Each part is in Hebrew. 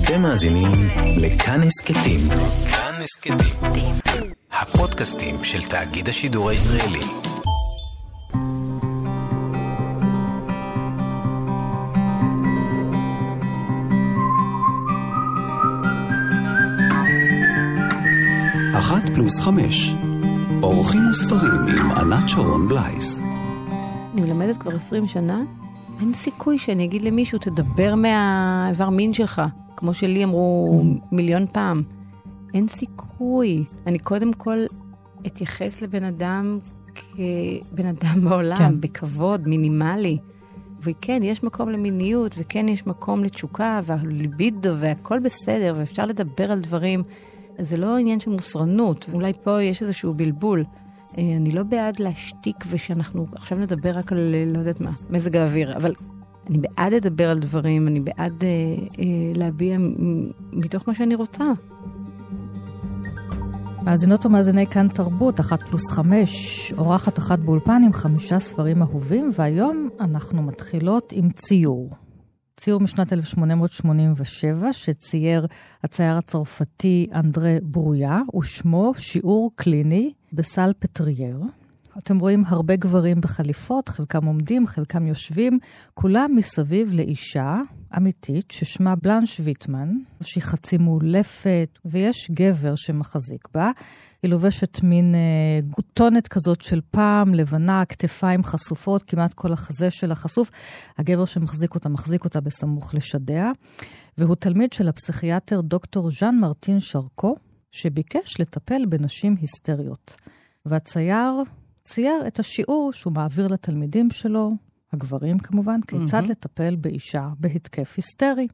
אתם מאזינים לכאן הסקטים. כאן הסקטים. הפודקאסטים של תאגיד השידור הישראלי. אחת פלוס 5. אורחים וספרים עם ענת שרון בלייס. אני מלמדת כבר 20 שנה. אין סיכוי שאני אגיד למישהו, תדבר מהאיבר מין שלך, כמו שלי אמרו מיליון פעם. אין סיכוי. אני קודם כל אתייחס לבן אדם כבן אדם בעולם, כן. בכבוד, מינימלי. וכן, יש מקום למיניות, וכן יש מקום לתשוקה, והליבידו, והכל בסדר, ואפשר לדבר על דברים. זה לא עניין של מוסרנות, ואולי פה יש איזשהו בלבול. אני לא בעד להשתיק ושאנחנו עכשיו נדבר רק על, לא יודעת מה, מזג האוויר, אבל אני בעד לדבר על דברים, אני בעד להביע מתוך מה שאני רוצה. מאזינות ומאזיני כאן תרבות, 1+5, אורחת אחת באולפן עם 5 ספרים אהובים, והיום אנחנו מתחילות עם ציור. ציור משנת 1887, שצייר הצייר הצרפתי אנדרה ברויה, ושמו שיעור קליני בסל פטרייר. אתם רואים הרבה גברים בחליפות, חלקם עומדים, חלקם יושבים, כולם מסביב לאישה אמיתית ששמה בלנש ויטמן, שהיא חצי מאולפת, ויש גבר שמחזיק בה. היא לובשת מין גוטונת כזאת של פעם, לבנה, כתפיים חשופות, כמעט כל החזה שלה חשוף. הגבר שמחזיק אותה בסמוך לשדיה, והוא תלמיד של הפסיכיאטר דוקטור ז'אן מרטין שרקו, שביקש לטפל בנשים היסטריות. והצייר צייר את השיעור שהוא מעביר לתלמידים שלו, הגברים כמובן, כיצד לטפל באישה בהתקף היסטרי.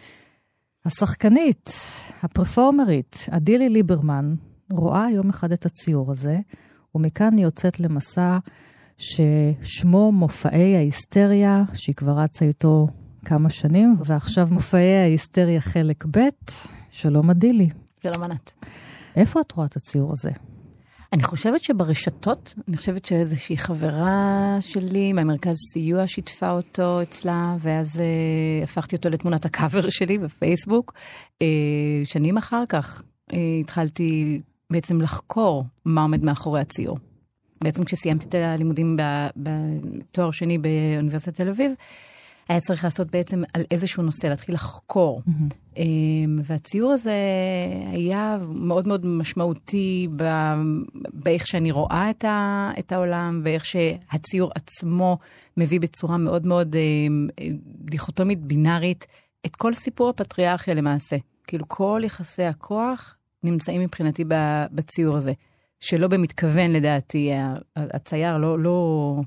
השחקנית, הפרפורמרית, אדילי ליברמן, רואה יום אחד את הציור הזה, ומכאן היא יוצאת למסע ששמו מופעי ההיסטריה, שהיא כבר רצה איתו כמה שנים, ועכשיו מופעי ההיסטריה חלק ב'. שלום אדילי. שלום ענת. איפה את רואה את הציור הזה? אני חושבת שברשתות, אני חושבת שאיזושהי חברה שלי מהמרכז סיוע שיתפה אותו אצלה, ואז הפכתי אותו לתמונת הקאבר שלי בפייסבוק. שנים אחר כך התחלתי בעצם לחקור מה עומד מאחורי הציור. בעצם כשסיימתי את הלימודים בתואר שני באוניברסיטת תל אביב, היה צריך לעשות בעצם על איזשהו נושא, להתחיל לחקור. והציור הזה היה מאוד מאוד משמעותי באיך שאני רואה את העולם, ואיך שהציור עצמו מביא בצורה מאוד מאוד דיכוטומית, בינארית, את כל סיפור הפטריארכיה למעשה. כאילו כל יחסי הכוח נמצאים מבחינתי בציור הזה. שלא במתכוון לדעתי, הצייר לא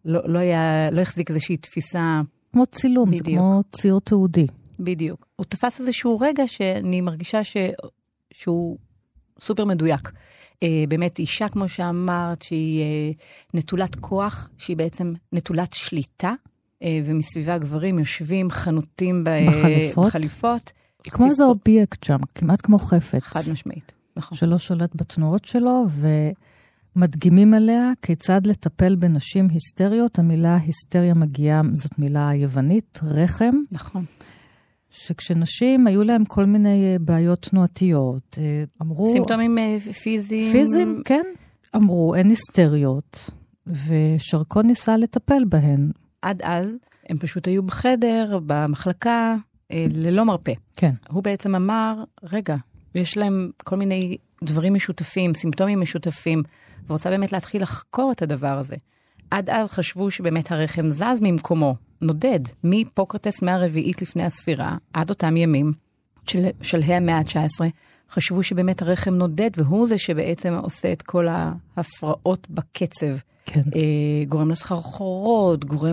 החזיק איזושהי תפיסה, כמו צילום, בדיוק. זה כמו ציור תיעודי. בדיוק. הוא תפס איזשהו רגע שאני מרגישה שהוא סופר מדויק. באמת אישה, כמו שאמרת, שהיא נטולת כוח, שהיא בעצם נטולת שליטה, ומסביבה גברים יושבים חנותים בחליפות. כמו איזה אובייקט שם, כמעט כמו חפץ. חד משמעית, נכון. שלא שולט בתנועות שלו, מדגימים עליה כיצד לטפל בנשים היסטריות. המילה היסטריה מגיעה, זאת מילה יוונית, רחם. נכון. שכשנשים היו להם כל מיני בעיות תנועתיות, אמרו... סימפטומים פיזיים. פיזיים, כן. אמרו, אין היסטריות, ושרקו ניסה לטפל בהן. עד אז הם פשוט היו בחדר, במחלקה, ללא מרפא. כן. הוא בעצם אמר, רגע, יש להם כל מיני דברים משותפים, סימפטומים משותפים, ורוצה באמת להתחיל לחקור את הדבר הזה. עד אז חשבו שבאמת הרחם זז ממקומו, נודד, מפוקרטס מהרביעית לפני הספירה, עד אותם ימים של שלהי המאה ה-19, חשבו שבאמת הרחם נודד, והוא זה שבעצם עושה את כל ההפרעות בקצב. כן. גורם לסחרחורות, גורם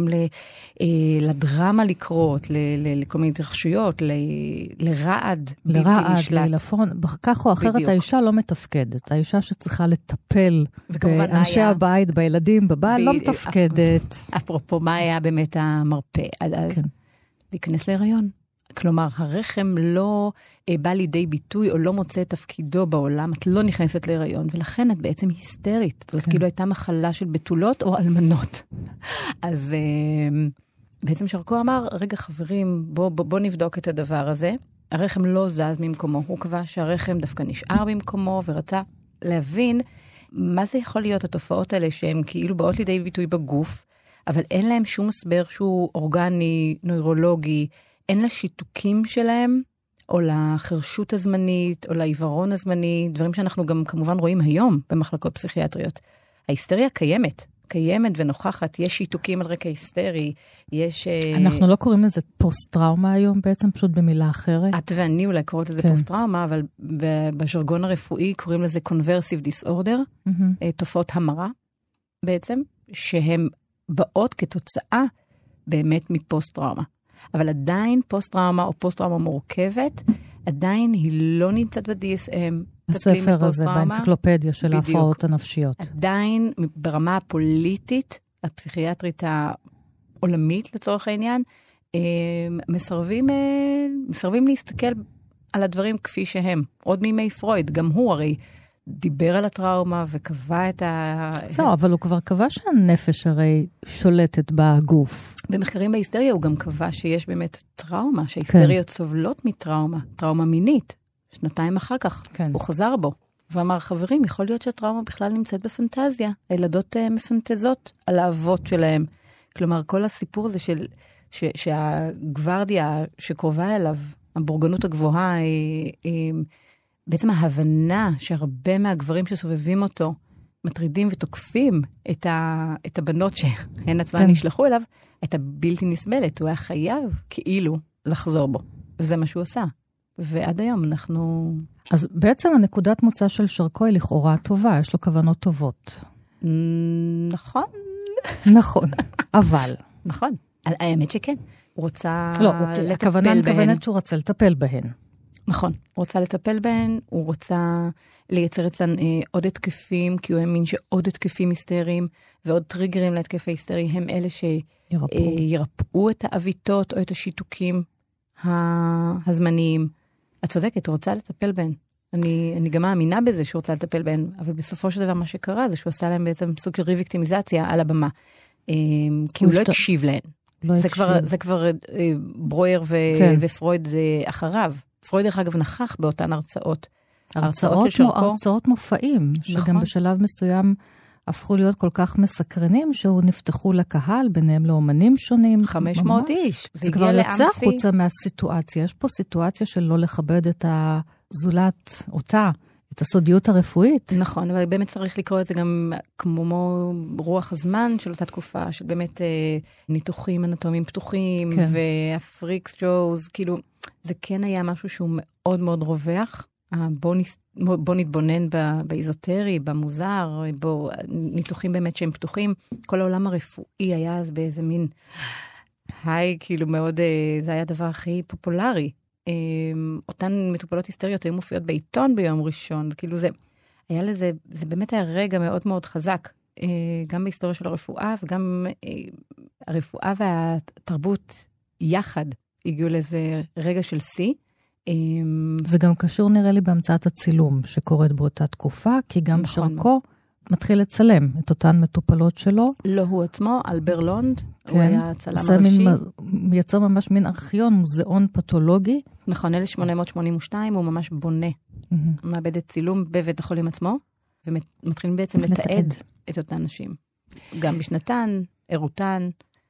לדרמה לקרות, לכל מיני התרחשויות, לרעד בלתי נשלט. ללפון, כך או אחרת בדיוק. האישה לא מתפקדת. האישה שצריכה לטפל באנשי הבית, בילדים, בבית, לא מתפקדת. אפרופו, מה היה באמת המרפא עד אז? כן. להיכנס להיריון. כלומר, הרחם לא בא לידי ביטוי או לא מוצא את תפקידו בעולם, את לא נכנסת להיריון, ולכן את בעצם היסטרית. זאת כאילו הייתה מחלה של בתולות או אלמנות. אז בעצם שרקו אמר, רגע חברים, בוא נבדוק את הדבר הזה, הרחם לא זז ממקומו. הוא קבע שהרחם דווקא נשאר במקומו, ורצה להבין מה זה יכול להיות התופעות האלה, שהן כאילו באות לידי ביטוי בגוף, אבל אין להם שום הסבר שהוא אורגני, נוירולוגי, אין לה שיתוקים שלהם, או לחרשות הזמנית, או לעיוורון הזמני, דברים שאנחנו גם כמובן רואים היום במחלקות פסיכיאטריות. ההיסטריה קיימת ונוכחת, יש שיתוקים על רקע היסטרי, יש... אנחנו לא קוראים לזה פוסט-טראומה היום בעצם, פשוט במילה אחרת. את ואני אולי קוראות לזה פוסט-טראומה, אבל בז'רגון הרפואי קוראים לזה conversive disorder, תופעות המרה בעצם, שהן באות כתוצאה באמת מפוסט-טראומה. אבל עדיין פוסט-טראומה או פוסט-טראומה מורכבת, עדיין היא לא נמצאת ב-DSM. בספר הזה, באנציקלופדיה של ההפרעות הנפשיות. עדיין ברמה הפוליטית, הפסיכיאטרית העולמית לצורך העניין, מסרבים להסתכל על הדברים כפי שהם. עוד מימי פרויד, גם הוא הרי דיבר על הטראומה וקבע את זהו, אבל הוא כבר קבע שהנפש הרי שולטת בגוף. במחקרים בהיסטריה הוא גם קבע שיש באמת טראומה, שההיסטריות סובלות מטראומה, טראומה מינית. שנתיים אחר כך, הוא חזר בו, ואמר, חברים, יכול להיות שהטראומה בכלל נמצאת בפנטזיה. הילדות מפנטזות על האבות שלהם. כלומר, כל הסיפור הזה שהגוורדיה שקרובה אליו, הבורגנות הגבוהה, בעצם ההבנה שהרבה מהגברים שסובבים אותו, מטרידים ותוקפים את הבנות שהן עצמן נשלחו אליו, הייתה בלתי נסבלת. הוא היה חייב כאילו לחזור בו. וזה מה שהוא עשה. ועד היום אנחנו... אז בעצם הנקודת מוצא של שרקו היא לכאורה טובה, יש לו כוונות טובות. נכון. נכון, אבל... נכון, האמת שכן. הוא רוצה לטפל הכוונה מכוונת שהוא רוצה לטפל בהן. נכון, הוא רוצה לטפל בהן, הוא רוצה לייצר אצלן עוד התקפים, כי הוא האמין שעוד התקפים היסטריים, ועוד טריגרים להתקף ההיסטרי, הם אלה שירפאו את האביתות או את השיתוקים הזמניים. את צודקת, הוא רוצה לטפל בהן. אני גם מאמינה בזה שהוא רוצה לטפל בהן, אבל בסופו של דבר מה שקרה זה שהוא עשה להם בעצם סוג של ריביקטימיזציה על הבמה. כי הוא לא הקשיב להן. זה כבר ברויר ופרויד אחריו. פרויד דרך אגב נכח באותן הרצאות. הרצאות מופעים, שגם בשלב מסוים הפכו להיות כל כך מסקרנים, שהוא נפתחו לקהל, ביניהם לאומנים שונים. 500 איש. זה כבר יצא חוצה מהסיטואציה. יש פה סיטואציה של לא לכבד את הזולת, אותה, את הסודיות הרפואית. נכון, אבל באמת צריך לקרוא את זה גם כמו רוח הזמן של אותה תקופה, של באמת ניתוחים אנטומיים פתוחים, והפריקס ג'וז, כאילו, זה כן היה משהו שהוא מאוד מאוד רווח. בוא נתבונן באיזוטרי, במוזר, ניתוחים באמת שהם פתוחים. כל העולם הרפואי היה אז באיזה מין כאילו מאוד, זה היה הדבר הכי פופולרי. אותן מטופלות היסטריות היו מופיעות בעיתון ביום ראשון, כאילו זה באמת היה רגע מאוד מאוד חזק, גם בהיסטוריה של הרפואה, וגם הרפואה והתרבות יחד הגיעו לאיזה רגע של שיא. זה גם קשור נראה לי בהמצאת הצילום שקורית באותה תקופה, כי גם שרקו מתחיל לצלם את אותן מטופלות שלו. לא הוא עצמו, אלבר לונד, הוא היה צלם הראשי. מייצר ממש מין ארכיון, מוזיאון פתולוגי. נכון, 1882 הוא ממש בונה, מאבד את צילום בבית החולים עצמו, ומתחילים בעצם לתעד את אותן נשים. גם בשנתן, ערותן,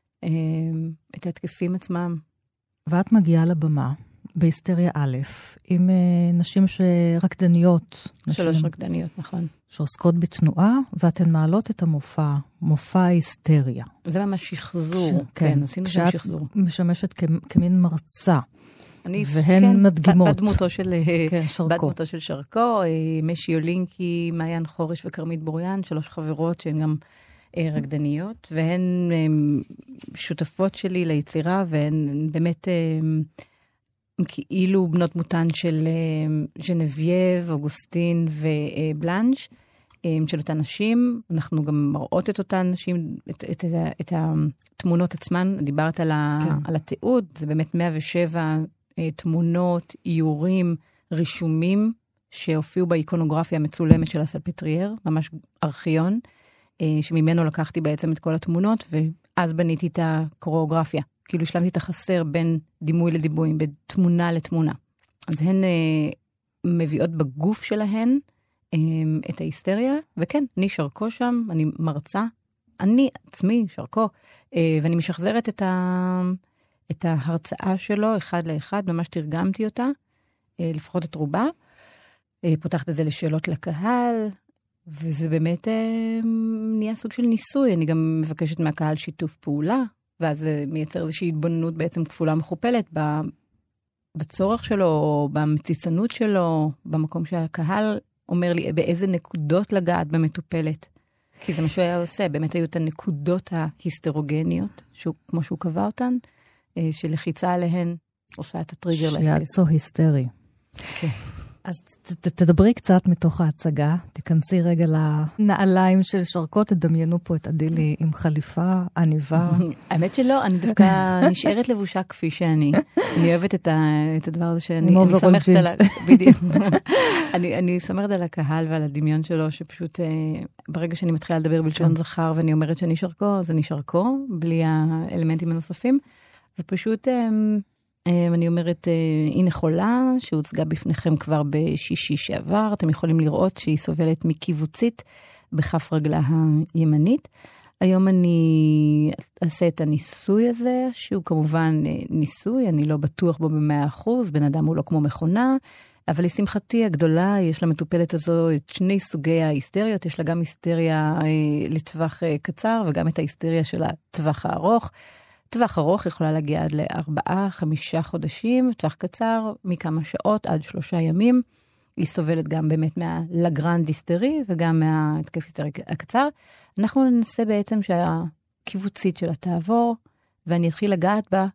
את ההתקפים עצמם. ואת מגיעה לבמה. בהיסטריה א', עם נשים שרקדניות. 3 רקדניות, נכון. שעוסקות בתנועה, ואתן מעלות את מופע ההיסטריה. זה ממש שחזור. כן, עשינו שם שחזור. כשאת משמשת כמין מרצה, והן מדגימות. בדמותו של שרקו, משי יולינקי, מעיין חורש וקרמית בוריאן, 3 חברות שהן גם רקדניות, והן שותפות שלי ליצירה, והן באמת... כאילו בנות מותן של ז'נבייב, אוגוסטין ובלנש, של אותן נשים. אנחנו גם מראות את אותן נשים, את התמונות עצמן. דיברת על התיעוד, זה באמת 107 תמונות, איורים, רישומים, שהופיעו באיקונוגרפיה המצולמת של הסלפטרייר, ממש ארכיון, שממנו לקחתי בעצם את כל התמונות, ואז בניתי את הקוריאוגרפיה. כאילו השלמתי את החסר בין דימוי לדימוי, בין תמונה לתמונה. אז הן מביאות בגוף שלהן את ההיסטריה, וכן, אני שרקו שם, אני מרצה, אני עצמי שרקו, ואני משחזרת את ההרצאה שלו, אחד לאחד, ממש תרגמתי אותה, לפחות את רובה, פותחת את זה לשאלות לקהל, וזה באמת נהיה סוג של ניסוי, אני גם מבקשת מהקהל שיתוף פעולה, ואז זה מייצר איזושהי התבוננות בעצם כפולה מכופלת, בצורך שלו, או במציצנות שלו, במקום שהקהל אומר לי באיזה נקודות לגעת במטופלת. כי זה מה שהוא היה עושה, באמת היו את הנקודות ההיסטרוגניות, כמו שהוא קבע אותן, שלחיצה עליהן עושה את הטריגר להתקף. שיעצו היסטרי. כן. אז תדברי קצת מתוך ההצגה, תיכנסי רגע לנעליים של שרקו, תדמיינו פה את אדילי עם חליפה, עניבה. האמת שלא, אני דווקא נשארת לבושה כפי שאני. אני אוהבת את הדבר הזה שאני סומכת על... בדיוק. אני סומכת על הקהל ועל הדמיון שלו, שפשוט ברגע שאני מתחילה לדבר בלשון זכר, ואני אומרת שאני שרקו, אז אני שרקו, בלי האלמנטים הנוספים, ופשוט... אני אומרת, הנה חולה, שהוצגה בפניכם כבר בשישי שעבר, אתם יכולים לראות שהיא סובלת מקיבוצית בכף רגלה הימנית. היום אני אעשה את הניסוי הזה, שהוא כמובן ניסוי, אני לא בטוח בו ב100%, בן אדם הוא לא כמו מכונה, אבל לשמחתי הגדולה, יש למטופלת הזו את שני סוגי ההיסטריות, יש לה גם היסטריה לטווח קצר, וגם את ההיסטריה של הטווח הארוך. טווח ארוך יכולה להגיע עד 4-5 חודשים, טווח קצר מכמה שעות עד 3 ימים. היא סובלת גם באמת מהלגרנד היסטרי וגם מהתקף היסטרי הקצר. אנחנו ננסה בעצם שהקיבוצית שלה תעבור, ואני אתחיל לגעת בה.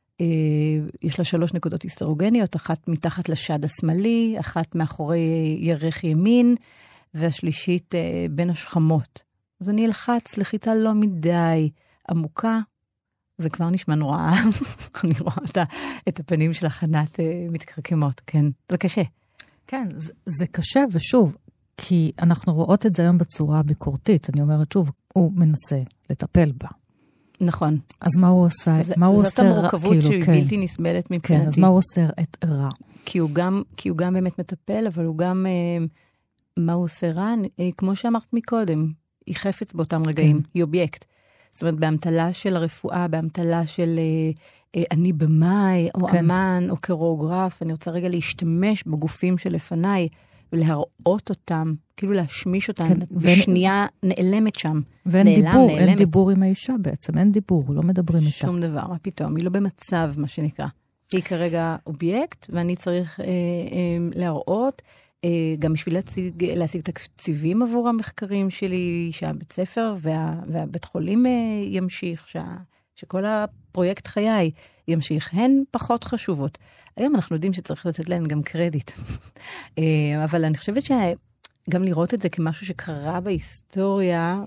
יש לה 3 נקודות היסטרוגניות, אחת מתחת לשד השמאלי, אחת מאחורי ירך ימין, והשלישית בין השכמות. אז אני אלחץ לחיצה לא מדי עמוקה, זה כבר נשמע נורא, אני רואה את הפנים של הכנת מתקרקמות, כן, זה קשה. כן, זה קשה, ושוב, כי אנחנו רואות את זה היום בצורה ביקורתית, אני אומרת שוב, הוא מנסה לטפל בה. נכון. אז מה הוא עושה? מה הוא עושה רע? זאת המורכבות שהיא בלתי נסבלת מבחינתי. כן, אז מה הוא עושה את רע? כי הוא גם באמת מטפל, אבל הוא גם, מה הוא עושה רע? כמו שאמרת מקודם, היא חפץ באותם רגעים, היא אובייקט. זאת אומרת, בהמתלה של הרפואה, בהמתלה של אני במאי, או אמן, או קוריאוגרף, אני רוצה רגע להשתמש בגופים שלפניי, ולהראות אותם, כאילו להשמיש אותם, בשנייה נעלמת שם. ואין דיבור עם האישה בעצם, אין דיבור, לא מדברים איתה. שום דבר, מה פתאום, היא לא במצב, מה שנקרא. היא כרגע אובייקט, ואני צריך להראות, גם בשביל להשיג תקציבים עבור המחקרים שלי, שהבית ספר והבית חולים ימשיך, שכל הפרויקט חיי ימשיך, הן פחות חשובות. היום אנחנו יודעים שצריך לתת להן גם קרדיט. אבל אני חושבת שגם לראות את זה כמשהו שקרה בהיסטוריה,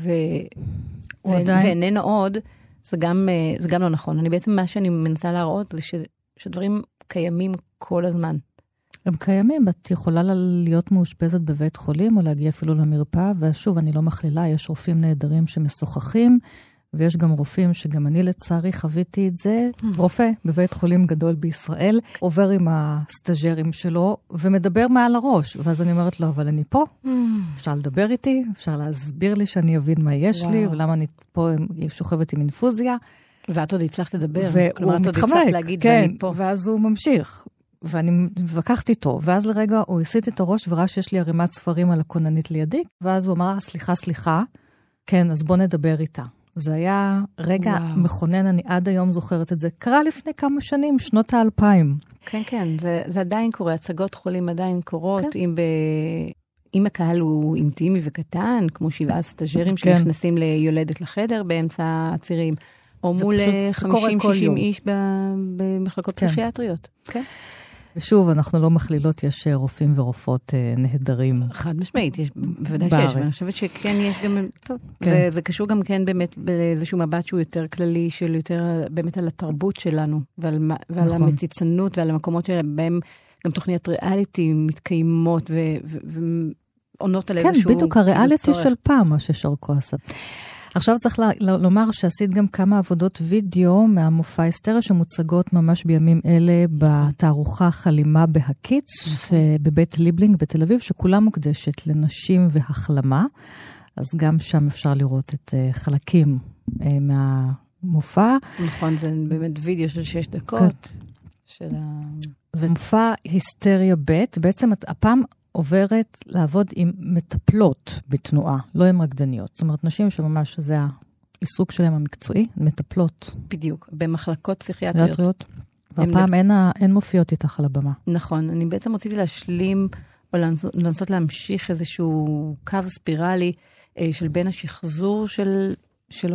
ואיננו עוד, זה גם לא נכון. אני בעצם מה שאני מנסה להראות זה שדברים קיימים כל הזמן. הם קיימים, את יכולה להיות מאושפזת בבית חולים, או להגיע אפילו למרפאה, ושוב, אני לא מכלילה, יש רופאים נהדרים שמשוחחים, ויש גם רופאים שגם אני לצערי חוויתי את זה, רופא בבית חולים גדול בישראל, עובר עם הסטאג'רים שלו, ומדבר מעל הראש, ואז אני אומרת לו, אבל אני פה, אפשר לדבר איתי, אפשר להסביר לי שאני אבין מה יש לי, ולמה אני פה שוכבת עם אינפוזיה. ואת עוד הצלחת לדבר, והוא מתחמק, כן, ואז הוא ממשיך. ואני מבקחת איתו, ואז לרגע הוא הסיט את הראש וראה שיש לי ערימת ספרים על הכוננית לידי, ואז הוא אמר, סליחה, כן, אז בוא נדבר איתה. זה היה רגע מכונן, אני עד היום זוכרת את זה. קרה לפני כמה שנים, שנות ה-2000. כן, זה עדיין קורה, הצגות חולים עדיין קורות, אם הקהל הוא אינטימי וקטן, כמו 7 סטאג'רים שנכנסים ליולדת לחדר באמצע הצירים, או מול 50-60 איש במחלקות פסיכיאטריות. כן. ושוב, אנחנו לא מכלילות, יש רופאים ורופאות נהדרים. חד משמעית, בוודאי שיש, ואני חושבת שכן יש גם, טוב, זה קשור גם כן באמת באיזשהו מבט שהוא יותר כללי, של יותר באמת על התרבות שלנו, ועל המציצנות, ועל המקומות שבהם גם תוכניות ריאליטי מתקיימות, ועונות על איזשהו... כן, בדיוק הריאליטי של פעם, מה ששרקו עשה. עכשיו צריך לומר שעשית גם כמה עבודות וידאו מהמופע היסטריה שמוצגות ממש בימים אלה בתערוכה חלימה בהקיץ בבית ליבלינג בתל אביב, שכולה מוקדשת לנשים והחלמה. אז גם שם אפשר לראות את חלקים מהמופע. נכון, זה באמת וידאו של 6 דקות. ומופע היסטריה ב', בעצם הפעם עוברת לעבוד עם מטפלות בתנועה, לא עם רקדניות. זאת אומרת, נשים שממש זה העיסוק שלהם המקצועי, מטפלות. בדיוק, במחלקות פסיכיאטריות. והפעם אין מופיעות איתך על הבמה. נכון, אני בעצם רציתי להשלים, או לנסות להמשיך איזשהו קו ספירלי של בין השחזור של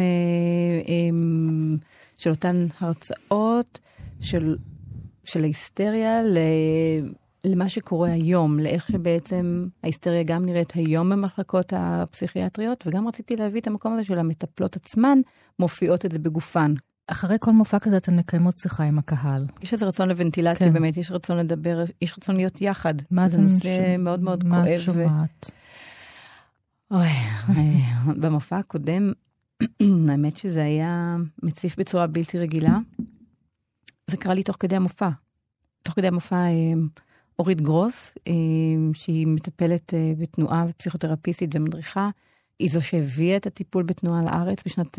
אותן הרצאות, של ההיסטריה למה שקורה היום, לאיך שבעצם ההיסטריה גם נראית היום במחלקות הפסיכיאטריות, וגם רציתי להביא את המקום הזה של המטפלות עצמן, מופיעות את זה בגופן. אחרי כל מופע כזה אתן מקיימות שיחה עם הקהל. יש איזה רצון לוונטילציה, כן. באמת, יש רצון לדבר, יש רצון להיות יחד. זה נושא מאוד מאוד מה כואב. את שומעת? במופע הקודם, האמת שזה היה מציף בצורה בלתי רגילה. זה קרה לי תוך כדי המופע. תוך כדי המופע אורית גרוס, שהיא מטפלת בתנועה ופסיכותרפיסטית ומדריכה, היא זו שהביאה את הטיפול בתנועה לארץ בשנת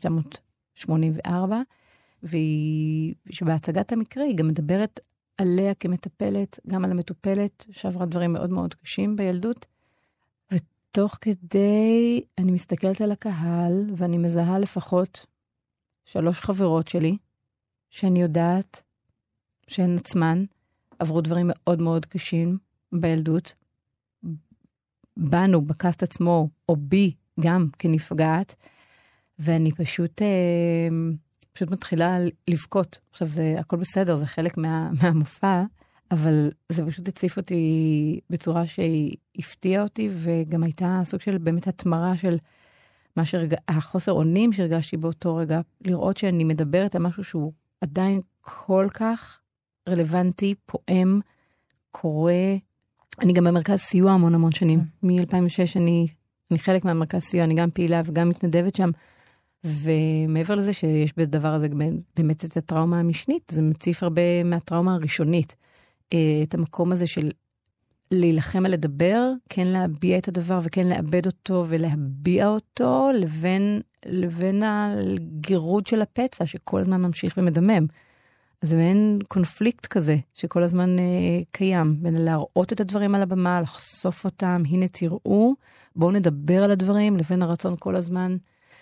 1984, ושבהצגת המקרה היא גם מדברת עליה כמטפלת, גם על המטופלת, שעברה דברים מאוד מאוד קשים בילדות, ותוך כדי אני מסתכלת על הקהל, ואני מזהה לפחות 3 חברות שלי, שאני יודעת שהן עצמן עברו דברים מאוד מאוד קשים בילדות, בנו, בקאסט עצמו, או בי גם כנפגעת, ואני פשוט מתחילה לבכות. עכשיו, הכל בסדר, זה חלק מהמופע, אבל זה פשוט הציף אותי בצורה שהיא הפתיעה אותי, וגם הייתה סוג של באמת התמרה של החוסר אונים שהרגשתי באותו רגע, לראות שאני מדברת על משהו שהוא עדיין כל כך רלוונטי, פועם, קורא. אני גם במרכז סיוע המון שנים. מ-2006 אני חלק מהמרכז סיוע, אני גם פעילה וגם מתנדבת שם, ומעבר לזה שיש בדבר הזה באמת את הטראומה המשנית, זה מציף הרבה מהטראומה הראשונית. את המקום הזה של להילחם על לדבר, כן להביע את הדבר וכן לאבד אותו ולהביע אותו, לבין הגירוד של הפצע שכל הזמן ממשיך ומדמם. אז זה מעין קונפליקט כזה שכל הזמן קיים, בין להראות את הדברים על הבמה, לחשוף אותם, הנה תראו, בואו נדבר על הדברים, לבין הרצון כל הזמן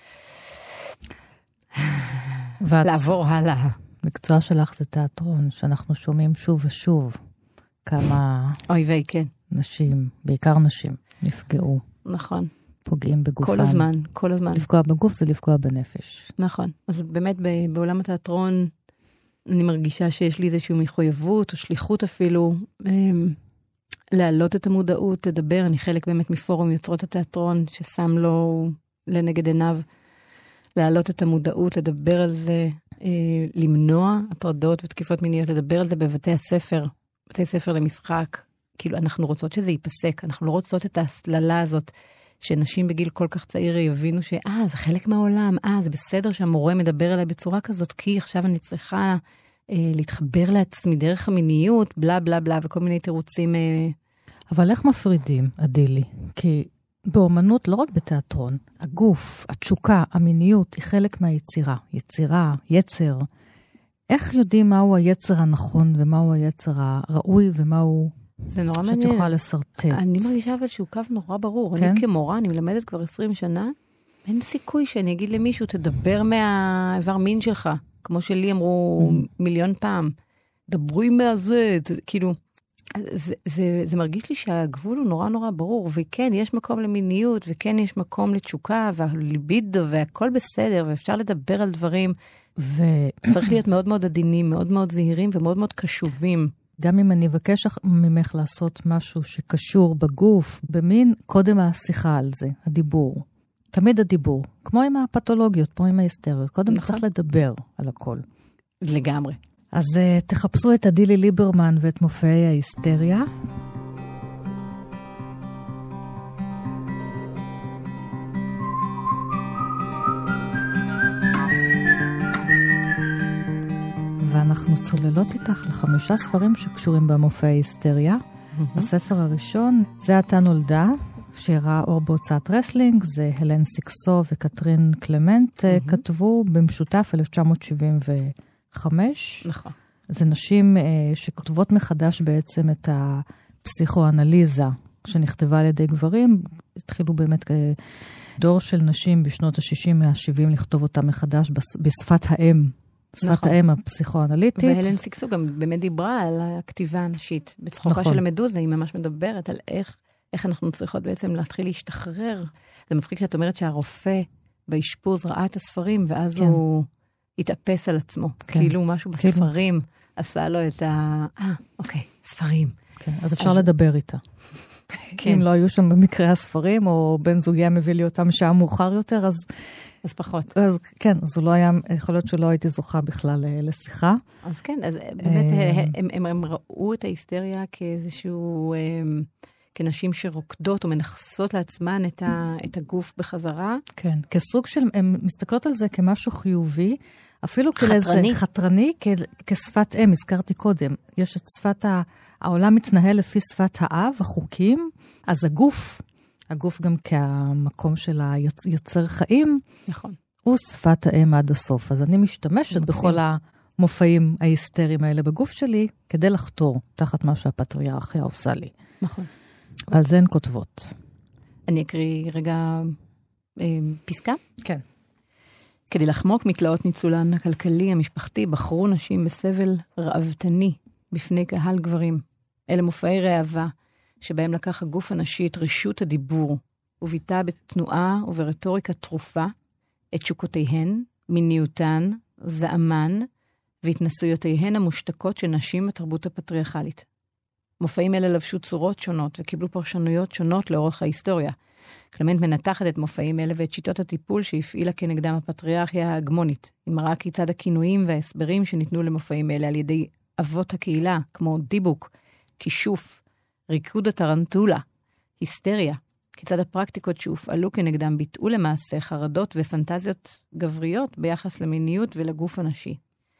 לעבור הלאה. מקצוע שלך זה תיאטרון, שאנחנו שומעים שוב ושוב כמה כן. נשים, בעיקר נשים, נפגעו. נכון. פוגעים בגופן. כל הזמן. לפגוע בגוף זה לפגוע בנפש. נכון. אז באמת בעולם התיאטרון אני מרגישה שיש לי איזושהי מחויבות או שליחות אפילו להעלות את המודעות, לדבר. אני חלק באמת מפורום יוצרות התיאטרון ששם לו לנגד עיניו להעלות את המודעות, לדבר על זה, למנוע הטרדות ותקיפות מיניות, לדבר על זה בבתי הספר, בתי ספר למשחק. כאילו אנחנו רוצות שזה ייפסק, אנחנו לא רוצות את ההסללה הזאת, שנשים בגיל כל כך צעיר יבינו זה חלק מהעולם, זה בסדר שהמורה מדבר עליי בצורה כזאת, כי עכשיו אני צריכה להתחבר לעצמי דרך המיניות, בלה בלה בלה, וכל מיני תירוצים. אבל איך מפרידים, עדילי? כי באומנות, לא רק בתיאטרון, הגוף, התשוקה, המיניות, היא חלק מהיצירה. יצירה, יצר. איך יודעים מהו היצר הנכון, ומהו היצר הראוי, ומהו זה נורא מעניין. שתוכל לסרטט. אני מרגישה אבל שהוא קו נורא ברור. כן? אני כמורה, אני מלמדת כבר 20 שנה, אין סיכוי שאני אגיד למישהו, תדבר מהאיבר מין שלך, כמו שלי אמרו מיליון פעם. דברי מהזה, כאילו, זה מרגיש לי שהגבול הוא נורא נורא ברור, וכן, יש מקום למיניות, וכן יש מקום לתשוקה, והליבידו, והכל בסדר, ואפשר לדבר על דברים, וצריך להיות מאוד מאוד עדינים, מאוד מאוד זהירים, ומאוד מאוד קשובים. גם אם אני אבקש ממך לעשות משהו שקשור בגוף, במין, קודם השיחה על זה, הדיבור. תמיד הדיבור. כמו עם הפתולוגיות, כמו עם ההיסטריות. קודם נכון. צריך לדבר על הכל. לגמרי. אז תחפשו את עדילי ליברמן ואת מופעי ההיסטריה. אנחנו צוללות איתך ל5 ספרים שקשורים במופעי היסטריה. הספר הראשון, זה עתה נולדה, שירה אור בהוצאת רסלינג, זה הלן סיקסו וקטרין קלמנט כתבו במשותף 1975. נכון. זה נשים שכותבות מחדש בעצם את הפסיכואנליזה שנכתבה על ידי גברים. התחילו באמת דור של נשים בשנות ה-60 מה-70 לכתוב אותה מחדש בשפת האם. שפת האם הפסיכואנליטית. והלן סיקסו גם באמת דיברה על הכתיבה הנשית. בצחוקה של המדוזה היא ממש מדברת על איך אנחנו צריכות בעצם להתחיל להשתחרר. זה מצחיק שאת אומרת שהרופא באשפוז ראה את הספרים, ואז הוא התאפס על עצמו. כאילו משהו בספרים עשה לו את אוקיי, ספרים. אז אפשר לדבר איתה. אם לא היו שם במקרה הספרים, או בן זוגיה מביא לי אותם שעה מאוחר יותר, אז פחות. אז כן, אז הוא לא היה, יכול להיות שלא הייתי זוכה בכלל לשיחה. אז כן, אז באמת הם ראו את ההיסטריה כאיזשהו, כנשים שרוקדות או מנחסות לעצמן את הגוף בחזרה. כן, כסוג של, הן מסתכלות על זה כמשהו חיובי, אפילו כאיזה חתרני, כשפת אם, הזכרתי קודם. יש את שפת, העולם מתנהל לפי שפת האב, החוקים, אז הגוף גם כמקום של היוצר חיים, נכון. הוא שפת האם עד הסוף. אז אני משתמשת בכל המופעים ההיסטריים האלה בגוף שלי, כדי לחתור תחת מה שהפטריארכיה עושה לי. נכון. על זה הן כותבות. אני אקריא רגע פסקה? כן. כדי לחמוק מתלאות ניצולן הכלכלי המשפחתי, בחרו נשים בסבל רעבתני בפני קהל גברים. אלה מופעי ראווה, שבהם לקח הגוף הנשי את רשות הדיבור, וביטא בתנועה וברטוריקה תרופה את שוקותיהן, מיניותן, זעמן, והתנסויותיהן המושתקות של נשים בתרבות הפטריארכלית. מופעים אלה לבשו צורות שונות וקיבלו פרשנויות שונות לאורך ההיסטוריה. קלמנט מנתחת את מופעים אלה ואת שיטות הטיפול שהפעילה כנגדם הפטריארכיה ההגמונית. היא מראה כיצד הכינויים וההסברים שניתנו למופעים אלה על ידי אבות הקהילה, כמו דיבוק, כישוף, ריקוד הטרנטולה, היסטריה, כיצד הפרקטיקות שהופעלו כנגדם ביטאו למעשה חרדות ופנטזיות גבריות ביחס למיניות ולגוף הנשי.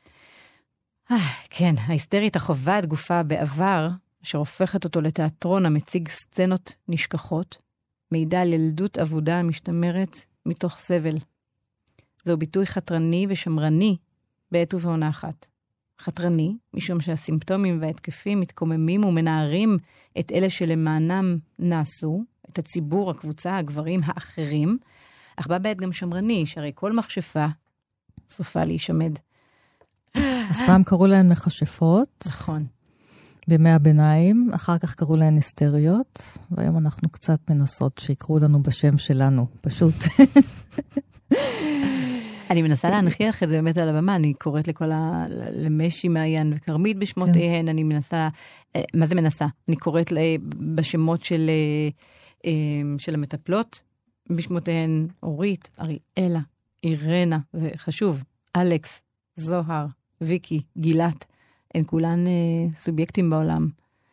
כן, ההיסטרית החובה את גופה בעבר, אשר הופכת אותו לתיאטרון המציג סצנות נשכחות, מידע על ילדות עבודה המשתמרת מתוך סבל. זהו ביטוי חתרני ושמרני בעת ובעונה אחת. חתרני, משום שהסימפטומים וההתקפים מתקוממים ומנערים את אלה שלמענם נעשו, את הציבור, הקבוצה, הגברים האחרים, אך בא בעת גם שמרני, שהרי כל מכשפה סופה להישמד. אז פעם קראו להן מכשפות. נכון. בימי הביניים, אחר כך קראו להן היסטריות, והיום אנחנו קצת מנסות שיקראו לנו בשם שלנו, פשוט. אני מנסה להנחיח את זה באמת על הבמה, אני קוראת למשי מעיין וקרמית בשמותיהן, אני מנסה, מה זה מנסה? אני קוראת בשמות של המטפלות, בשמותיהן אורית, אריאלה, אירנה, זה חשוב, אלכס, זוהר, ויקי, גילת, הן כולן סובייקטים בעולם.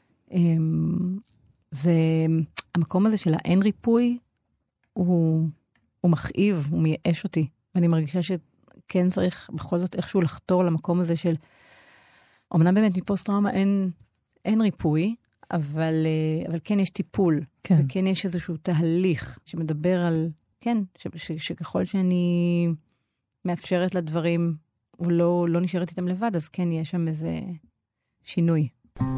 זה, המקום הזה של האין ריפוי, הוא מכאיב, הוא מייאש אותי. ואני מרגישה שכן צריך בכל זאת איכשהו לחתור למקום הזה של, אמנם באמת מפוסט-טראומה אין ריפוי, אבל כן יש טיפול. כן. וכן יש איזשהו תהליך שמדבר על, כן, שככל שאני מאפשרת לדברים, ולא נשארת איתם לבד, אז כן יש שם איזה שינוי.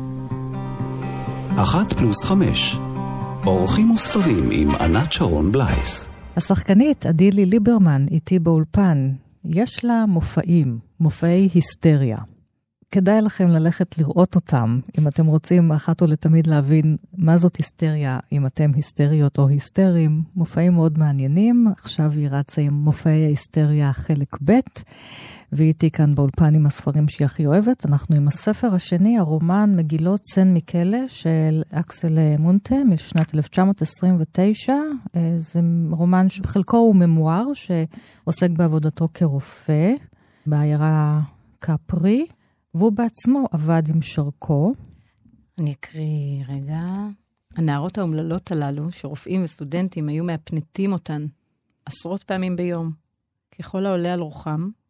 1+5 אורחים וספרים עם ענת שרון בלייס. השחקנית עדילי ליברמן איתי באולפן, יש לה מופעי היסטריה. כדאי לכם ללכת לראות אותם, אם אתם רוצים אחת ולתמיד להבין מה זאת היסטריה, אם אתם היסטריות או היסטרים. מופעים מאוד מעניינים, עכשיו היא רצה עם מופעי ההיסטריה חלק ב', ואיתי כאן באולפן עם הספרים שהיא הכי אוהבת. אנחנו עם הספר השני, הרומן מגילות סן מיקלה של אקסל מונטה משנת 1929. זה רומן שבחלקו הוא ממואר שעוסק בעבודתו כרופא בעיירה קפרי, והוא בעצמו עבד עם שרקו. אני אקריא רגע. הנערות האומללות הללו, שרופאים וסטודנטים היו מהפנטים אותן עשרות פעמים ביום. ככל העולה על רוחם,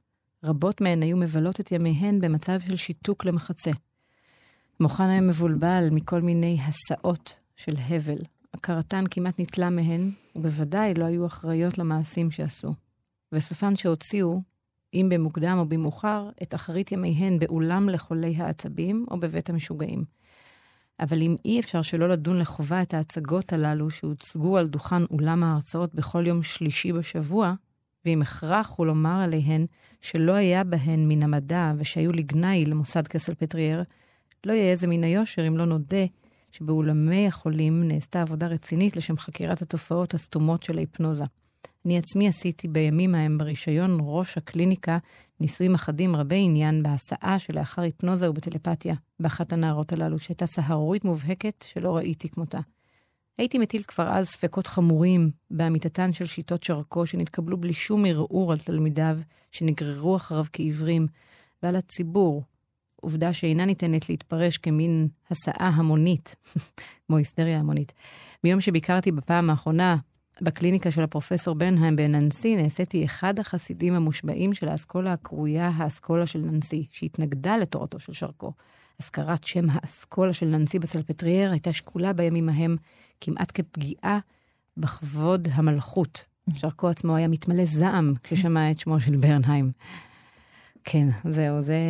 רבות מהן היו מבלות את ימיהן במצב של שיתוק למחצה. מוחן היה מבולבל מכל מיני הסעות של הבל. הכרתן כמעט נטלה מהן, ובוודאי לא היו אחראיות למעשים שעשו. וסופן שהוציאו, אם במוקדם או במאוחר, את אחרית ימיהן באולם לחולי העצבים או בבית המשוגעים. אבל אם אי אפשר שלא לדון לחובה את ההצגות הללו שהוצגו על דוכן אולם ההרצאות בכל יום שלישי בשבוע, ואם הכרח הוא לומר עליהן שלא היה בהן מן המדע ושהיו לגנאי למוסד קסל פטריאר, לא יהיה איזה מן היושר אם לא נודה שבאולמי החולים נעשתה עבודה רצינית לשם חקירת התופעות הסתומות של ההיפנוזה. אני עצמי עשיתי בימים ההם ברישיון ראש הקליניקה ניסויים אחדים רבי עניין בהסעה שלאחר היפנוזה ובטלפתיה באחת הנערות הללו, שהייתה סהרורית מובהקת שלא ראיתי כמותה. הייתי מטיל כבר אז ספקות חמורים באמיתתן של שיטות שרקו שנתקבלו בלי שום ערעור על תלמידיו שנגררו אחריו כעיוורים, ועל הציבור, עובדה שאינה ניתנת להתפרש כמין הסעה המונית, כמו היסטריה המונית. ביום שביקרתי בפעם האחרונה בקליניקה של הפרופסור בנהיים בננסי, נעשיתי אחד החסידים המושבעים של האסכולה הקרויה האסכולה של ננסי, שהתנגדה לתורתו של שרקו. הזכרת שם האסכולה של ננסי בסלפטריאר הייתה שקולה בימים ההם כמעט כפגיעה בכבוד המלכות. שרקו עצמו היה מתמלא זעם כששמע את שמו של ברנהיים. כן, זהו, זה...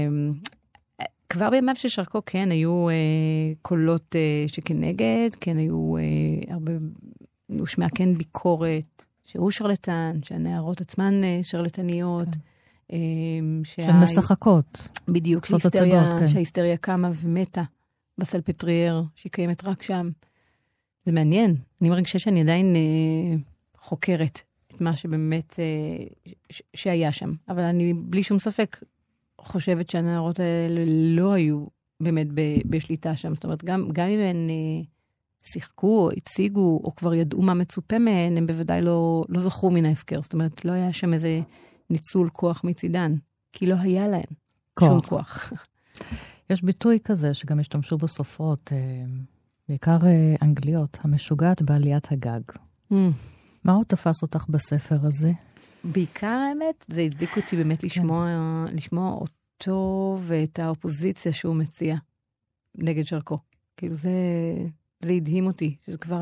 כבר בימיו של שרקו, כן, היו קולות שכנגד, כן, היו הרבה... הושמע כן ביקורת, שהוא שרלטן, שהנערות עצמן שרלטניות. של משחקות. בדיוק, שההיסטריה קמה ומתה בסלפטריאר, שהיא קיימת רק שם. זה מעניין. אני מרגישה שאני עדיין חוקרת את מה שבאמת שהיה שם. אבל אני בלי שום ספק חושבת שהנערות האלה לא היו באמת בשליטה שם. זאת אומרת, גם אם הן... שיחקו, הציגו, או כבר ידעו מה מצופה מהן, הם בוודאי לא זכרו מן ההפקר. זאת אומרת, לא היה שם איזה ניצול כוח מצידן, כי לא היה להן שום כוח. יש ביטוי כזה שגם השתמשו בסופרות, בעיקר אנגליות, המשוגעת בעליית הגג. מה עוד תפס אותך בספר הזה? בעיקר האמת, זה הדליק אותי באמת לשמוע אותו ואת האופוזיציה שהוא מציע נגד שרקו. כאילו זה הדהים אותי,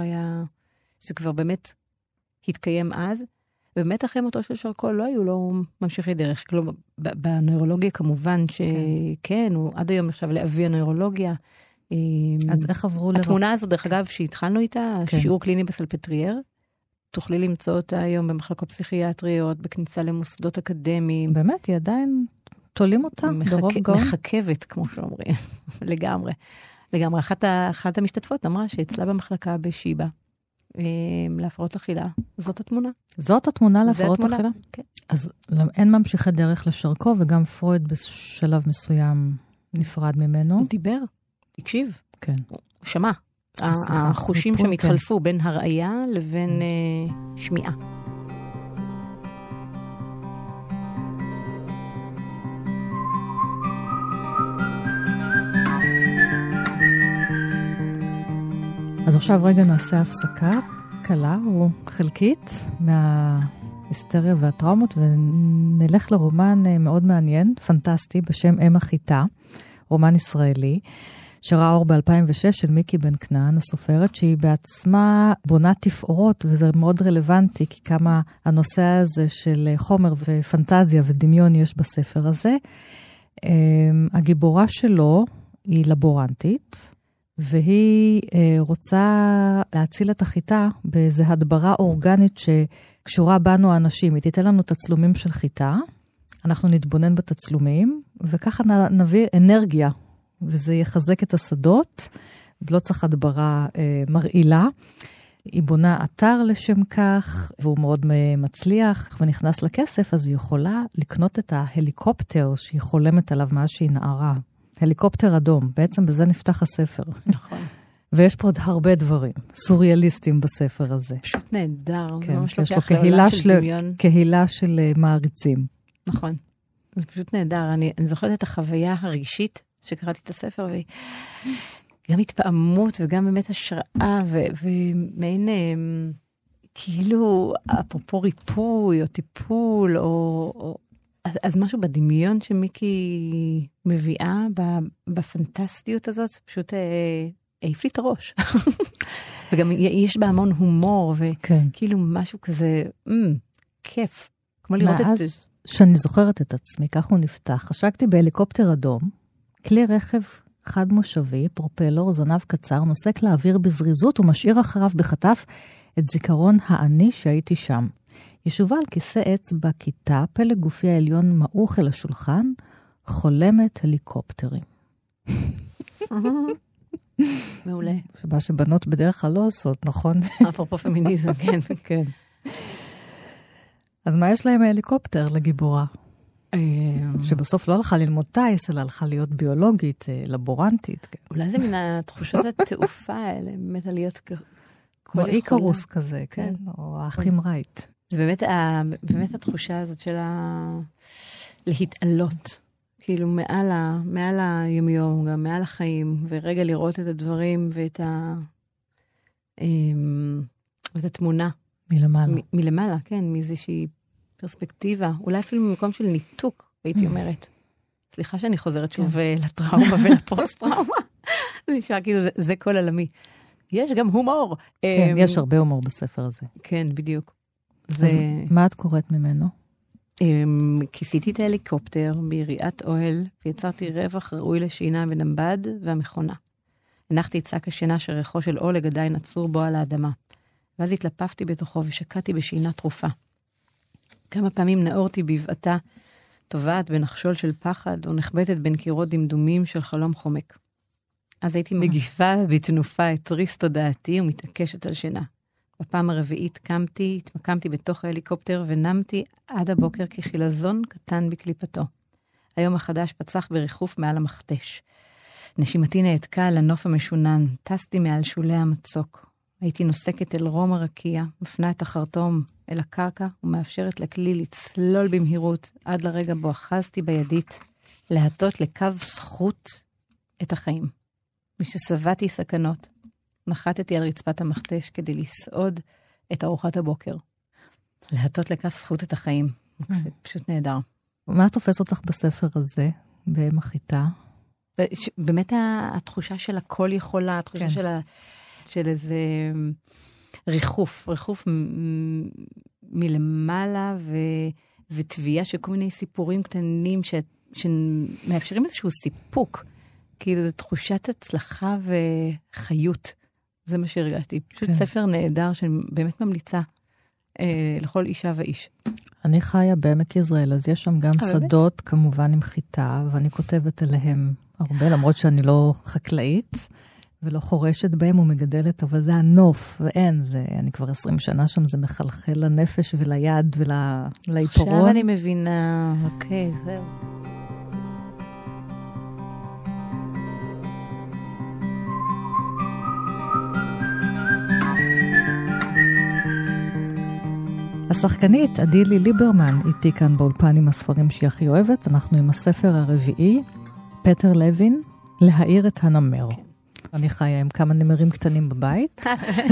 שזה כבר באמת התקיים אז, ובאמת אחרי מותו של שרקו לא היו לו ממשיכי דרך. כלומר, בנוירולוגיה כמובן שכן, הוא עד היום נחשב לאבי הנוירולוגיה. אז איך עברו התמונה הזו, דרך אגב, שהתחלנו איתה, שיעור קליני בסלפטריאר, תוכלי למצוא אותה היום במחלקות פסיכיאטריות, בכניסה למוסדות אקדמיים. באמת, היא עדיין תולים אותה ברוב גאון? מחכבת, כמו שאומרים, לגמרי. לגמרי, אחת המשתתפות אמרה שאצלה במחלקה בשיבה, להפרעות אכילה, זאת התמונה. זאת התמונה להפרעות אכילה? כן. אז אין ממשיכי דרך לשרקו, וגם פרויד בשלב מסוים נפרד ממנו. דיבר, הקשיב. כן. הוא שמע. החושים שמתחלפו בין הראייה לבין שמיעה. אז עכשיו רגע נעשה הפסקה קלה או חלקית מההיסטריה והטראומות, ונלך לרומן מאוד מעניין, פנטסטי, בשם אם החיטה, רומן ישראלי, שראה אור ב-2006 של מיקי בן כנען, הסופרת, שהיא בעצמה בונה תפאורות, וזה מאוד רלוונטי, כי כמה הנושא הזה של חומר ופנטזיה ודמיון יש בספר הזה. הגיבורה שלו היא לבורנטית, והיא רוצה להציל את החיטה באיזו הדברה אורגנית שקשורה בנו האנשים. היא תיתן לנו תצלומים של חיטה, אנחנו נתבונן בתצלומים, וככה נביא אנרגיה, וזה יחזק את השדות, לא צריך הדברה מרעילה. היא בונה אתר לשם כך, והוא מאוד מצליח, ונכנס לכסף, אז היא יכולה לקנות את ההליקופטר שהיא חולמת עליו מאז שהיא נערה. הליקופטר אדום, בעצם בזה נפתח הספר. נכון. ויש פה עוד הרבה דברים, סוריאליסטים בספר הזה. פשוט נהדר. כן, יש לו קהילה של מעריצים. נכון. זה פשוט נהדר. אני זוכרת את החוויה הרגשית שקראתי את הספר, וגם התפעמות וגם באמת השראה, ומעין כאילו, אפרופו ריפוי או טיפול, או אז משהו בדמיון שמיקי מביאה בפנטסטיות הזאת, זה פשוט העיף לי את הראש. וגם יש בה המון הומור, וכאילו משהו כזה, כיף. כמו לראות את... מאז שאני זוכרת את עצמי, כך הוא נפתח. חשקתי בהליקופטר אדום, כלי רכב חד מושבי, פרופלור, זנב קצר, נוסק לאוויר בזריזות ומשאיר אחריו בחטף את זיכרון העני שהייתי שם. ישובה על כיסא עץ בכיתה, פלג גופי העליון מעוך אל השולחן, חולמת הליקופטרים. מעולה. שבה שבנות בדרך כלל לא עושות, נכון? אפרופו פמיניזם, כן. כן. אז מה יש להם ההליקופטר לגיבורה? שבסוף לא הלכה ללמוד טייס, אלא הלכה להיות ביולוגית, לבורנטית. אולי זה מן התחושות התעופה האלה, באמת להיות כמו איקרוס כזה, כן? או האחים רייט. זה באמת התחושה הזאת של להתעלות, כאילו מעל היומיום, גם מעל החיים, ורגע לראות את הדברים ואת התמונה. מלמעלה. מלמעלה, כן, מאיזושהי פרספקטיבה, אולי אפילו ממקום של ניתוק, הייתי אומרת. סליחה שאני חוזרת שוב לטראומה ולפוסט-טראומה. זה נשמע כאילו, זה כל עולמי. יש גם הומור. כן, יש הרבה הומור בספר הזה. כן, בדיוק. אז מה את קוראת ממנו? כיסיתי את ההליקופטר ביריעת אוהל, ויצרתי רווח ראוי לשינה בין הבד והמכונה. הנחתי את שק השינה שריחו של אולג עדיין עצור בו על האדמה. ואז התלפפתי בתוכו ושקעתי בשינה תרופה. כמה פעמים נאורתי בבעתה, טובעת בנחשול של פחד, או נחבטת בין קירות דמדומים של חלום חומק. אז הייתי מגיפה בתנופה את ריס תודעתי ומתעקשת על שינה. בפעם הרביעית קמתי, התמקמתי בתוך ההליקופטר ונמתי עד הבוקר כחילזון קטן בקליפתו. היום החדש פצח בריחוף מעל המכתש. נשימתי נעתקה על הנוף המשונן, טסתי מעל שולי המצוק. הייתי נוסקת אל רום הרקיע, מפנה את החרטום אל הקרקע ומאפשרת לכלי לצלול במהירות עד לרגע בו אחזתי בידית להטות לקו זכות את החיים. משסבתי סכנות, נחתתי על רצפת המכתש כדי לסעוד את ארוחת הבוקר. להטות לקו זכות את החיים. זה פשוט נהדר. מה תופס אותך בספר הזה, במחיתה? באמת התחושה של הכל יכולה, התחושה של איזה ריחוף מלמעלה ותביעה של כל מיני סיפורים קטנים שמאפשרים איזשהו סיפוק. כאילו זו תחושת הצלחה וחיות. זה מה שהרגשתי. פשוט ספר נהדר שבאמת ממליצה לכל אישה ואיש. אני חיה בעמק יזרעאל, אז יש שם גם שדות כמובן עם חיטה, ואני כותבת עליהם הרבה, למרות שאני לא חקלאית, ולא חורשת בהם ומגדלת, אבל זה הנוף, ואין, אני כבר 20 שנה שם, זה מחלחל לנפש וליד ולעיפרון. עכשיו אני מבינה, אוקיי, זהו. השחקנית עדילי ליברמן איתי כאן באולפן עם הספרים שהיא הכי אוהבת. אנחנו עם הספר הרביעי, פטר לוין, להאיר את הנמר. כן. אני חיה עם כמה נמרים קטנים בבית.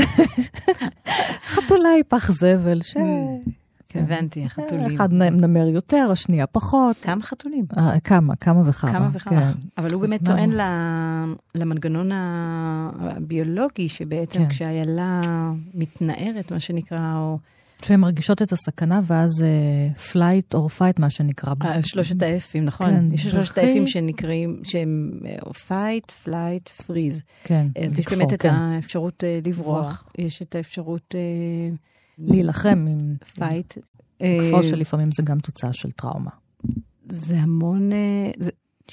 חתולי פח זבל הבנתי, החתולים. אחד נמר יותר, השנייה פחות. כמה חתולים? כמה וכמה. כמה וכמה. אבל הוא באמת טוען למנגנון הביולוגי, שבעצם כשהאיילה מתנערת, מה שנקרא, או... שהן מרגישות את הסכנה, ואז flight or fight, מה שנקרא. שלושת האפים, נכון. יש שלושת האפים שנקראים, שהם fight, flight, freeze. כן, אז יש באמת את האפשרות לברוח, יש את האפשרות... להילחם עם... fight. כפור שלפעמים זה גם תוצאה של טראומה. זה המון, 96%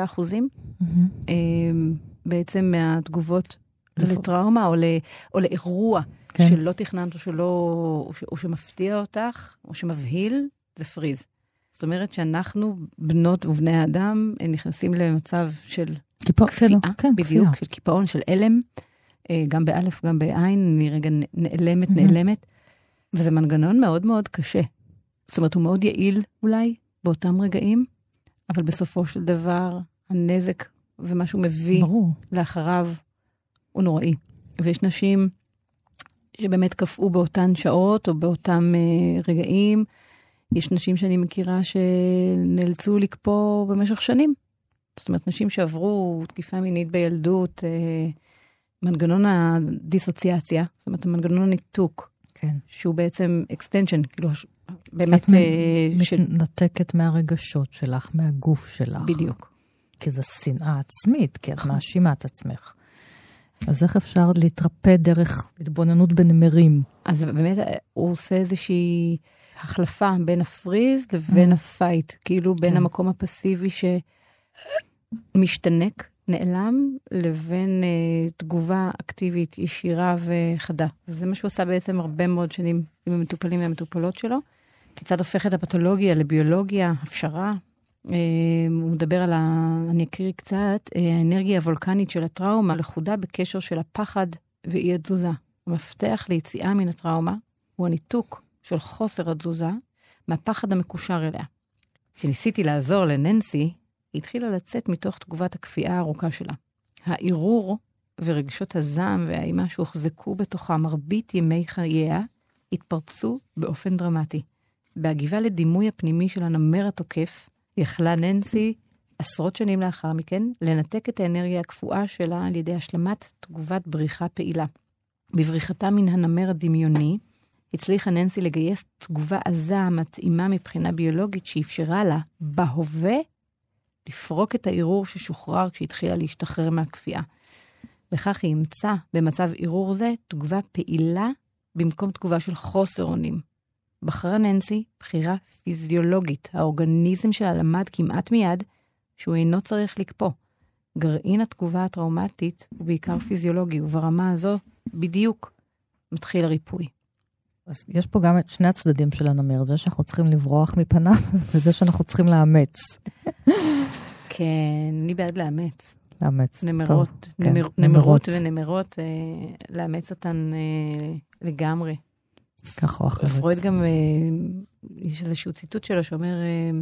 בעצם מהתגובות זה לטראומה או לאירוע. שלא תכננת או שמפתיע אותך, או שמבהיל, זה פריז. זאת אומרת שאנחנו, בנות ובני האדם, נכנסים למצב של כפייה, בדיוק, של קיפאון, של אלם, גם באלף, גם בעין, אני רגע נעלמת, וזה מנגנון מאוד מאוד קשה. זאת אומרת, הוא מאוד יעיל אולי, באותם רגעים, אבל בסופו של דבר, הנזק ומה שהוא מביא לאחריו, הוא נוראי. ויש נשים... שבאמת קפאו באותן שעות או באותם רגעים, יש נשים שאני מכירה שנאלצו לקפוא במשך שנים. זאת אומרת, נשים שעברו תקיפה מינית בילדות, מנגנון הדיסוציאציה, זאת אומרת, מנגנון הניתוק, כן. שהוא בעצם extension, כאילו, באמת... את מתנתקת מהרגשות שלך, מהגוף שלך. בדיוק. כי זו שנאה עצמית, כי את מאשימה את עצמך. אז איך אפשר להתרפא דרך התבוננות בנמרים? אז באמת הוא עושה איזושהי החלפה בין הפריז לבין הפייט, כאילו בין המקום הפסיבי שמשתנק, נעלם, לבין תגובה אקטיבית, ישירה וחדה. וזה מה שהוא עושה בעצם הרבה מאוד שנים עם המטופלים והמטופלות שלו. כיצד הופך את הפתולוגיה לביולוגיה, הפשרה. הוא מדבר על, אני אקריא קצת, האנרגיה הוולקנית של הטראומה, לחודה בקשר של הפחד ואי התזוזה. המפתח ליציאה מן הטראומה הוא הניתוק של חוסר התזוזה מהפחד המקושר אליה. כשניסיתי לעזור לננסי, היא התחילה לצאת מתוך תגובת הכפייה הארוכה שלה. העירור ורגשות הזעם והאימה שהוחזקו בתוכה מרבית ימי חייה, התפרצו באופן דרמטי. בהגיבה לדימוי הפנימי של הנמר התוקף, יכלה ננסי, עשרות שנים לאחר מכן, לנתק את האנרגיה הקפואה שלה על ידי השלמת תגובת בריחה פעילה. בבריחתה מן הנמר הדמיוני, הצליחה ננסי לגייס תגובה עזה מתאימה מבחינה ביולוגית שאפשרה לה, בהווה, לפרוק את העירור ששוחרר כשהתחילה להשתחרר מהכפייה. בכך היא המצאה במצב עירור זה תגובה פעילה במקום תגובה של חוסר אונים. בחרה ננסי בחירה פיזיולוגית. האורגניזם שלה למד כמעט מיד שהוא אינו צריך לקפוא. גרעין התגובה הטראומטית הוא בעיקר פיזיולוגי, וברמה הזו בדיוק מתחיל הריפוי. אז יש פה גם את שני הצדדים של הנמר, זה שאנחנו צריכים לברוח מפניו, וזה שאנחנו צריכים לאמץ. כן, אני בעד לאמץ. לאמץ, נמרות, טוב. נמרות ונמרות, לאמץ אותן לגמרי. כך או אחרת. פרויד גם, יש איזשהו ציטוט שלו שאומר,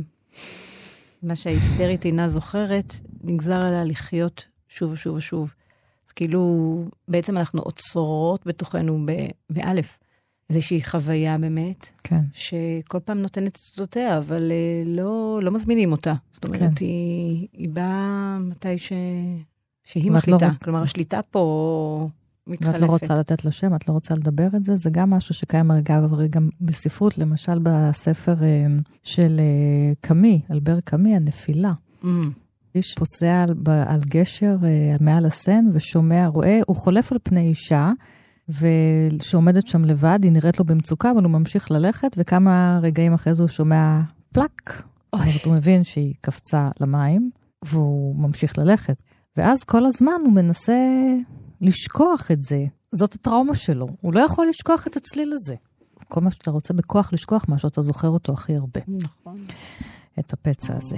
מה שההיסטרית אינה זוכרת, נגזר עליה לחיות שוב ושוב ושוב. אז כאילו, בעצם אנחנו עוצרות בתוכנו באלף, איזושהי חוויה באמת, כן. שכל פעם נותנת את תוצאותיה, אבל לא מזמינים אותה. זאת אומרת, כן. היא באה מתי שהיא מחליטה. כלומר, השליטה פה מתחלפת. ואת לא רוצה לתת לשם, את לא רוצה לדבר את זה, זה גם משהו שקיים אגב, גם בספרות, למשל בספר של קמי, אלבר קמי, הנפילה. איש פוסע על גשר מעל הסן, ושומע, רואה, הוא חולף על פני אישה, ושעומדת שם לבד, היא נראית לו במצוקה, אבל הוא ממשיך ללכת, וכמה רגעים אחרי זה הוא שומע פלק. זאת אומרת, הוא מבין שהיא קפצה למים, והוא ממשיך ללכת. ואז כל הזמן הוא מנסה לשכוח את זה. זאת הטראומה שלו. הוא לא יכול לשכוח את הצליל הזה. כל מה שאתה רוצה בכוח לשכוח, מה שאתה זוכר אותו הכי הרבה. נכון. את הפצע הזה.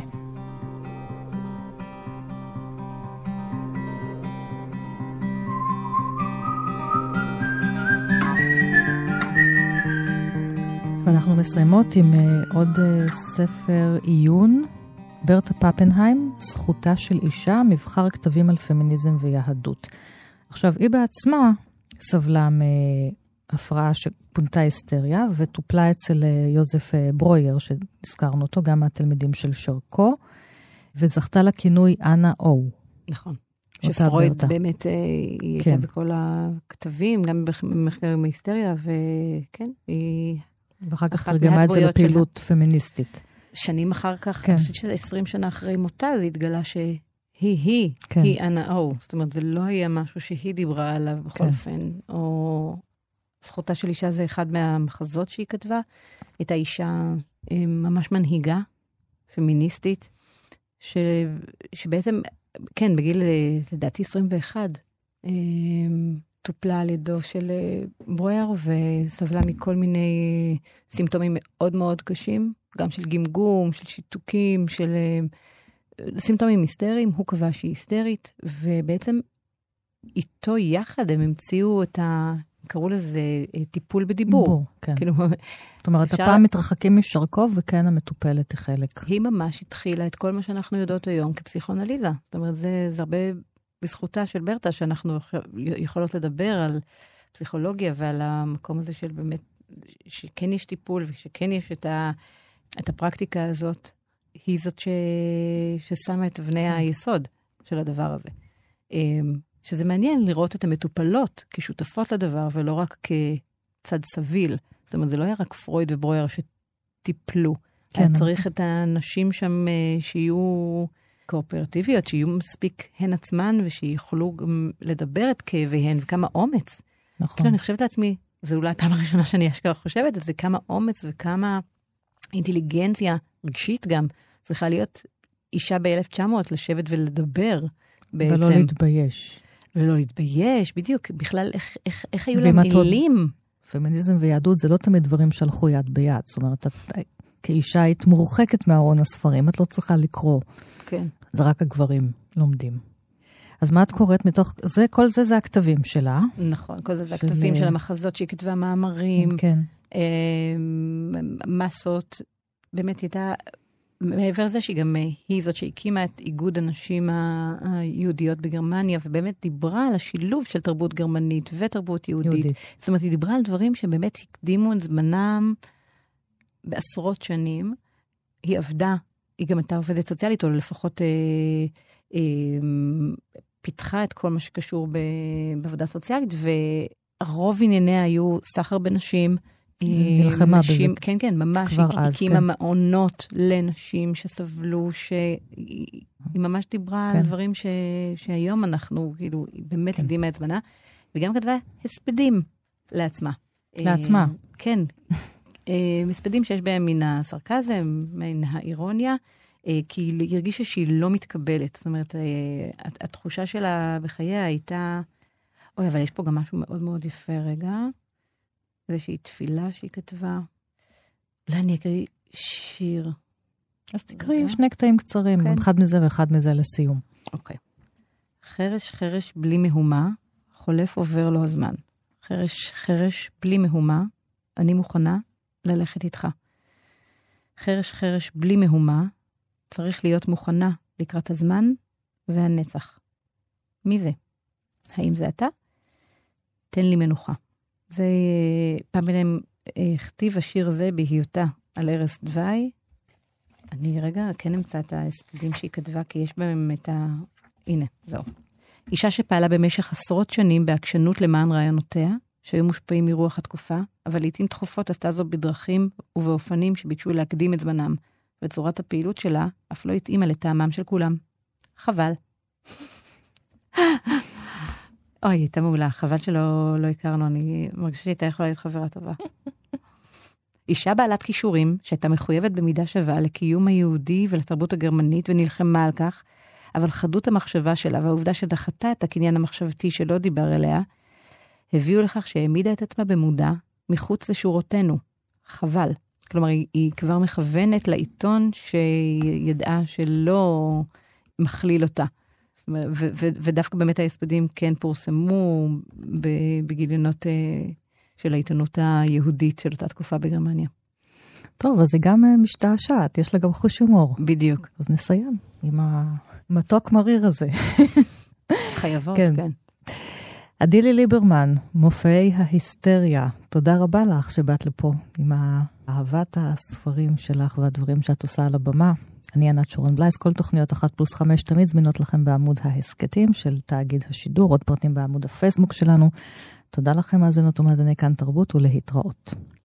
ואנחנו מסיימות עם עוד ספר עיון, ברטה פפנהיים, זכותה של אישה, מבחר כתבים על פמיניזם ויהדות. עכשיו, היא בעצמה סבלה מהפרעה שפונתה היסטריה, וטופלה אצל יוזף ברויר, שהזכרנו אותו, גם מהתלמידים של שרקו, וזכתה לכינוי אנה או. נכון. שפרויד באמת היא הייתה בכל הכתבים, גם במחקרים מהיסטריה, וכן, היא... ואחר כך תרגמה את זה לפעילות פמיניסטית. שנים אחר כך, אני חושבת שזה 20 שנה אחרי מותה, זה התגלה שהיא אנה או. זאת אומרת, זה לא היה משהו שהיא דיברה עליו בכל אופן, או זכותה של אישה זה אחד מהמחזות שהיא כתבה. הייתה אישה ממש מנהיגה, פמיניסטית, שבעצם, כן, בגיל, לדעתי 21, טופלה על ידו של ברויר, וסבלה מכל מיני סימפטומים מאוד מאוד קשים, גם של גמגום, של שיתוקים, של סימפטומים היסטריים. הוא קבע שהיא היסטרית, ובעצם איתו יחד הם המציאו את קראו לזה טיפול בדיבור. כן. כאילו, זאת אומרת, הפעם מתרחקים משרקו, וכן המטופלת היא חלק. היא ממש התחילה את כל מה שאנחנו יודעות היום כפסיכואנליזה. זאת אומרת, זה הרבה בזכותה של ברטה, שאנחנו יכולות לדבר על פסיכולוגיה, ועל המקום הזה של באמת, שכן יש טיפול, ושכן יש את את הפרקטיקה הזאת, היא זאת ששמה את אבני היסוד של הדבר הזה. שזה מעניין לראות את המטופלות כשותפות לדבר, ולא רק כצד סביל. זאת אומרת, זה לא היה רק פרויד וברויר שטיפלו. כן. צריך את האנשים שם שיהיו קואופרטיביות, שיהיו מספיק הן עצמן, ושיוכלו גם לדבר את כאביהן, וכמה אומץ. נכון. כאילו, אני חושבת לעצמי, זה אולי פעם הראשונה שאני אשכרה חושבת, זה כמה אומץ וכמה אינטליגנציה רגשית גם. צריכה להיות אישה ב-1900 לשבת ולדבר בעצם. ולא להתבייש. ולא להתבייש, בדיוק. בכלל, איך היו להם מילים? פמיניזם ויהדות זה לא תמיד דברים שהלכו יד ביד. זאת אומרת, כאישה היית מורחקת מארון הספרים, את לא צריכה לקרוא. כן. זה רק הגברים לומדים. אז מה את קוראת מתוך זה? כל זה זה הכתבים שלה. נכון, כל זה הכתבים של המחזות שהיא כתבה מאמרים. כן. מסות. באמת הייתה, מעבר לזה שהיא גם היא זאת שהקימה את איגוד הנשים היהודיות בגרמניה, ובאמת דיברה על השילוב של תרבות גרמנית ותרבות יהודית. זאת אומרת, היא דיברה על דברים שבאמת הקדימו את זמנם בעשרות שנים. היא עבדה, היא גם הייתה עובדת סוציאלית, או לפחות פיתחה את כל מה שקשור בעבודה סוציאלית, והרוב ענייניה היו סחר בנשים, נלחמה בזה. כן, כן, ממש. היא הקימה מעונות לנשים שסבלו, שהיא ממש דיברה על דברים שהיום אנחנו, כאילו, היא באמת הקדימה את זמנה, וגם כתבה הספדים לעצמה. לעצמה. כן. מספדים שיש בהם מן הסרקזם, מן האירוניה, כי היא הרגישה שהיא לא מתקבלת. זאת אומרת, התחושה שלה בחייה הייתה, אוי, אבל יש פה גם משהו מאוד מאוד יפה רגע, זה שהיא תפילה שהיא כתבה. אולי אני אקריא שיר. אז תקראי שני קטעים קצרים, אחד מזה ואחד מזה לסיום. אוקיי. חרש חרש בלי מהומה, חולף עובר לו הזמן. חרש חרש בלי מהומה, אני מוכנה ללכת איתך. חרש חרש בלי מהומה, צריך להיות מוכנה לקראת הזמן והנצח. מי זה? האם זה אתה? תן לי מנוחה. זה פעם ביניהם הכתיב השיר זה בהיותה על ערש דווי. אני רגע כן אמצא את ההספדים שהיא כתבה, כי יש בהם את הנה, זהו. אישה שפעלה במשך עשרות שנים בעקשנות למען רעיונותיה, שהיו מושפעים מרוח התקופה, אבל לעתים תכופות עשתה זו בדרכים ובאופנים שביקשו להקדים את זמנם, וצורת הפעילות שלה אף לא התאימה לטעמם של כולם. חבל. אוי, הייתה מעולה. חבל שלא הכרנו, אני מרגישה שהייתה יכולה להיות חברה טובה. אישה בעלת כישורים, שהייתה מחויבת במידה שווה לקיום היהודי ולתרבות הגרמנית, ונלחמה על כך, אבל חדות המחשבה שלה, והעובדה שדחתה את הקניין המחשבתי שלא דיבר אליה, הביאו לכך שהעמידה את עצמה במודע מחוץ לשורותינו. חבל. כלומר, היא כבר מכוונת לעיתון שידעה שלא מכליל אותה. ודווקא באמת ההספדים כן פורסמו בגיליונות של העיתונות היהודית של אותה תקופה בגרמניה. טוב, אז היא גם משתעשעת, יש לה גם חוש הומור. בדיוק. אז נסיים עם המתוק מריר הזה. חייבות, כן. עדילי ליברמן, מופעי ההיסטריה. תודה רבה לך שבאת לפה עם אהבת הספרים שלך והדברים שאת עושה על הבמה. אני ענת שרון בלייס, כל תוכניות 1+5 תמיד זמינות לכם בעמוד ההסקטים של תאגיד השידור, עוד פרטים בעמוד הפייסבוק שלנו. תודה לכם מאזינות ומאזיני כאן תרבות ולהתראות.